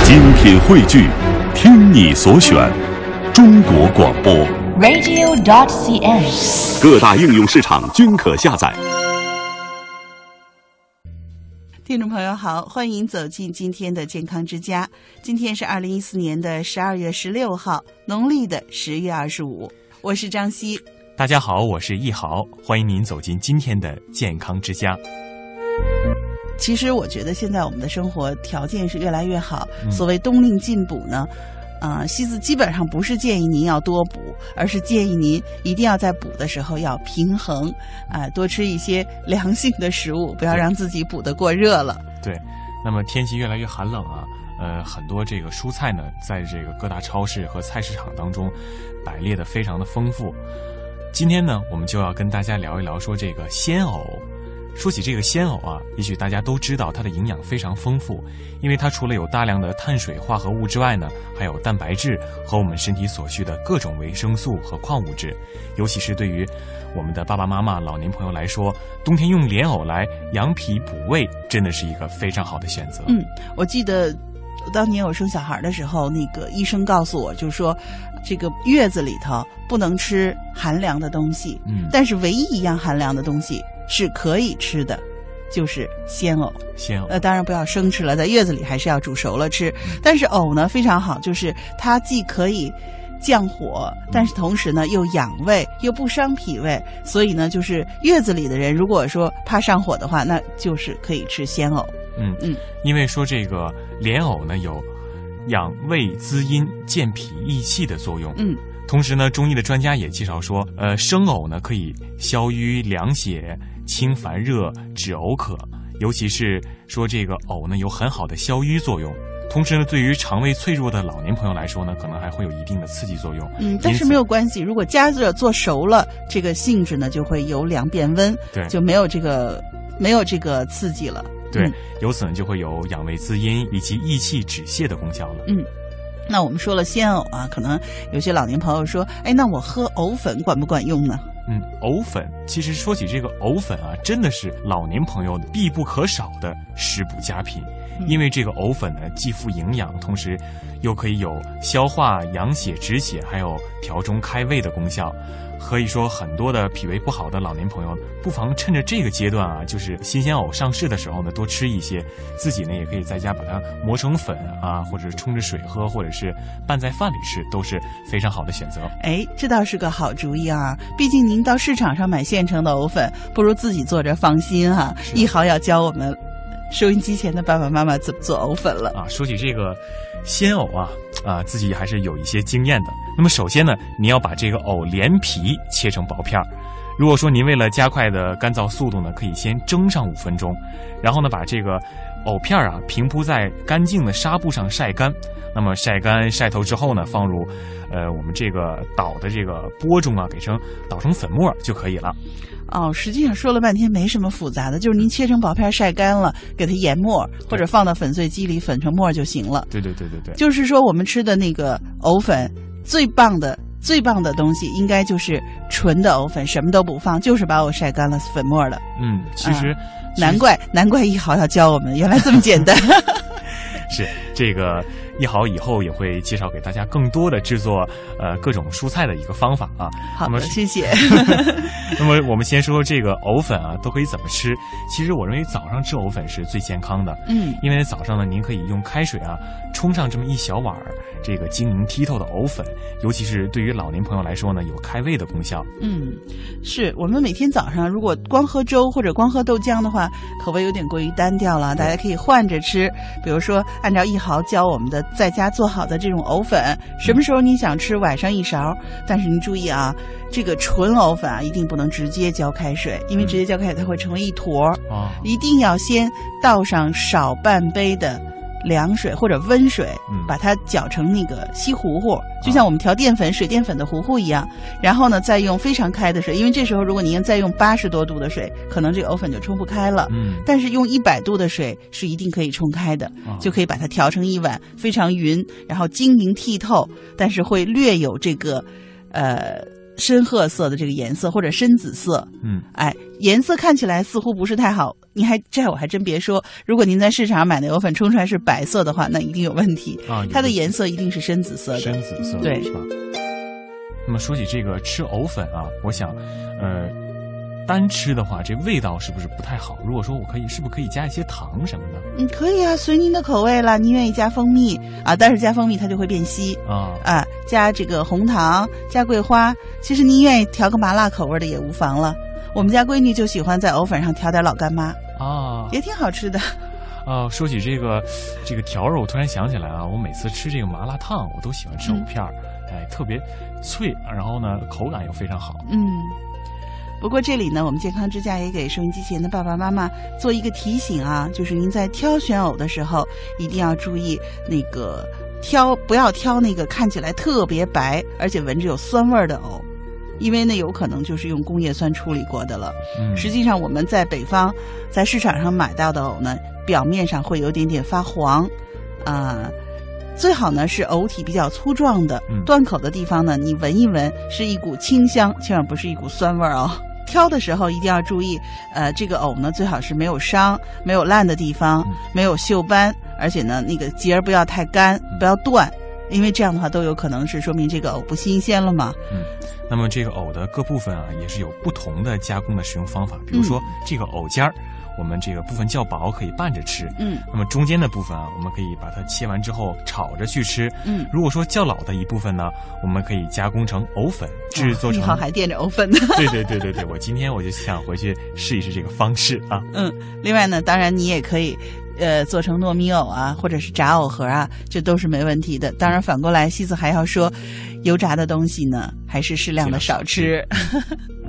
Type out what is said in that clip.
精品汇聚，听你所选，中国广播 radio.cn， 各大应用市场均可下载。 听众朋友好，欢迎走进今天的健康之家。今天是2014年的12月16号，农历的10月25。我是张希。 大家好，我是易豪，欢迎您走进今天的健康之家。 其实我觉得现在我们的生活条件是越来越好，所谓冬令进补呢，西子基本上不是建议您要多补，而是建议您一定要在补的时候要平衡，多吃一些凉性的食物，不要让自己补得过热了。 对，那么天气越来越寒冷啊，很多这个蔬菜呢，在这个各大超市和菜市场当中摆列的非常的丰富。今天呢，我们就要跟大家聊一聊说这个鲜藕。说起这个鲜藕啊，也许大家都知道它的营养非常丰富，因为它除了有大量的碳水化合物之外呢，还有蛋白质和我们身体所需的各种维生素和矿物质。尤其是对于我们的爸爸妈妈、老年朋友来说，冬天用莲藕来养脾补胃，真的是一个非常好的选择。 我记得当年我生小孩的时候，那个医生告诉我，就说这个月子里头不能吃寒凉的东西，但是唯一一样寒凉的东西是可以吃的，就是鲜藕。当然不要生吃了，在月子里还是要煮熟了吃。但是藕呢非常好，就是它既可以降火，但是同时呢又养胃又不伤脾胃，所以呢就是月子里的人如果说怕上火的话，那就是可以吃鲜藕。 因为说这个莲藕呢有养胃滋阴、健脾益气的作用。同时呢，中医的专家也介绍说，生藕呢可以消瘀凉血、清烦热、止呕渴，尤其是说这个藕呢有很好的消瘀作用。同时呢，对于肠胃脆弱的老年朋友来说呢，可能还会有一定的刺激作用。 但是没有关系，如果加热做熟了，这个性质呢就会由凉变温， 对， 就没有这个刺激了。 对，由此呢就会有养胃滋阴以及益气止泻的功效了。 那我们说了鲜藕啊，可能有些老年朋友说，那我喝藕粉管不管用呢？ 藕粉，其实说起这个藕粉啊，真的是老年朋友必不可少的食补佳品。因为这个藕粉呢，既富营养，同时又可以有消化、养血、止血，还有调中开胃的功效。可以说，很多的脾胃不好的老年朋友，不妨趁着这个阶段啊，就是新鲜藕上市的时候呢，多吃一些。自己呢，也可以在家把它磨成粉啊，或者冲着水喝，或者是拌在饭里吃，都是非常好的选择。 这倒是个好主意啊！毕竟您到市场上买现成的藕粉，不如自己做着放心哈。一豪要教我们收音机前的爸爸妈妈怎么做藕粉了啊！说起这个鲜藕啊，自己还是有一些经验的。那么首先呢，您要把这个藕连皮切成薄片儿。如果说您为了加快的干燥速度呢，可以先蒸上5分钟，然后呢把这个藕片平铺在干净的纱布上晒干。那么晒干晒透之后呢，放入我们这个捣的这个钵中啊，捣成粉末就可以了。 实际上说了半天没什么复杂的，就是您切成薄片晒干了，给它研末，或者放到粉碎机里粉成末就行了。 对。 就是说我们吃的那个藕粉，最棒的东西应该就是纯的藕粉，什么都不放，就是把藕晒干了粉末了。 其实难怪一豪要教我们，原来这么简单。 是这个一豪以后也会介绍给大家更多的制作各种蔬菜的一个方法啊。 好的，谢谢。 那么我们先说这个藕粉啊，都可以怎么吃？其实我认为早上吃藕粉是最健康的。因为早上呢，您可以用开水冲上这么一小碗这个晶莹剔透的藕粉，尤其是对于老年朋友来说呢，有开胃的功效。 是我们每天早上如果光喝粥或者光喝豆浆的话，口味有点过于单调了，大家可以换着吃。比如说按照一豪教我们的在家做好的这种藕粉，什么时候你想吃晚上一勺，但是您注意啊，这个纯藕粉一定不能直接浇开水，因为直接浇开水它会成为一坨。一定要先倒上少半杯的凉水或者温水，把它搅成那个稀糊糊，就像我们调淀粉、水淀粉的糊糊一样。然后呢，再用非常开的水，因为这时候如果您再用80多度的水，可能这个藕粉就冲不开了。但是用100度的水是一定可以冲开的，就可以把它调成一碗非常匀，然后晶莹剔透，但是会略有这个深褐色的这个颜色或者深紫色。哎，颜色看起来似乎不是太好，我还真别说，如果您在市场上买的藕粉冲出来是白色的话，那一定有问题啊，它的颜色一定是深紫色的。 深紫色， 对， 是吧？那么说起这个吃藕粉啊，我想，单吃的话，这味道是不是不太好？如果说是不是可以加一些糖什么的？ 可以啊，随您的口味了。您愿意加蜂蜜啊，但是加蜂蜜它就会变稀啊。加这个红糖，加桂花，其实您愿意调个麻辣口味的也无妨了。我们家闺女就喜欢在藕粉上调点老干妈啊， 也挺好吃的。 说起这个调肉，我突然想起来啊，我每次吃这个麻辣烫，我都喜欢吃藕片儿，特别脆，然后呢口感又非常好。 不过这里呢，我们健康之家也给收音机前的爸爸妈妈做一个提醒啊，就是您在挑选藕的时候，一定要注意那个不要挑那个看起来特别白，而且闻着有酸味的藕，因为呢有可能就是用工业酸处理过的了。实际上我们在北方在市场上买到的藕呢，表面上会有点点发黄最好呢是藕体比较粗壮的，断口的地方呢，你闻一闻是一股清香，千万不是一股酸味哦。挑的时候一定要注意，这个藕呢最好是没有伤、没有烂的地方，没有锈斑，而且呢那个节儿不要太干，不要断，因为这样的话都有可能是说明这个藕不新鲜了嘛。 那么这个藕的各部分啊，也是有不同的加工的使用方法，比如说这个藕尖儿。我们这个部分较薄，可以拌着吃。那么中间的部分啊，我们可以把它切完之后炒着去吃。如果说较老的一部分呢，我们可以加工成藕粉，制作成。 你好，还垫着藕粉呢。 对，我今天我就想回去试一试这个方式啊。 另外呢，当然你也可以做成糯米藕啊，或者是炸藕盒啊，这都是没问题的。当然反过来，西子还要说，油炸的东西呢，还是适量的少吃。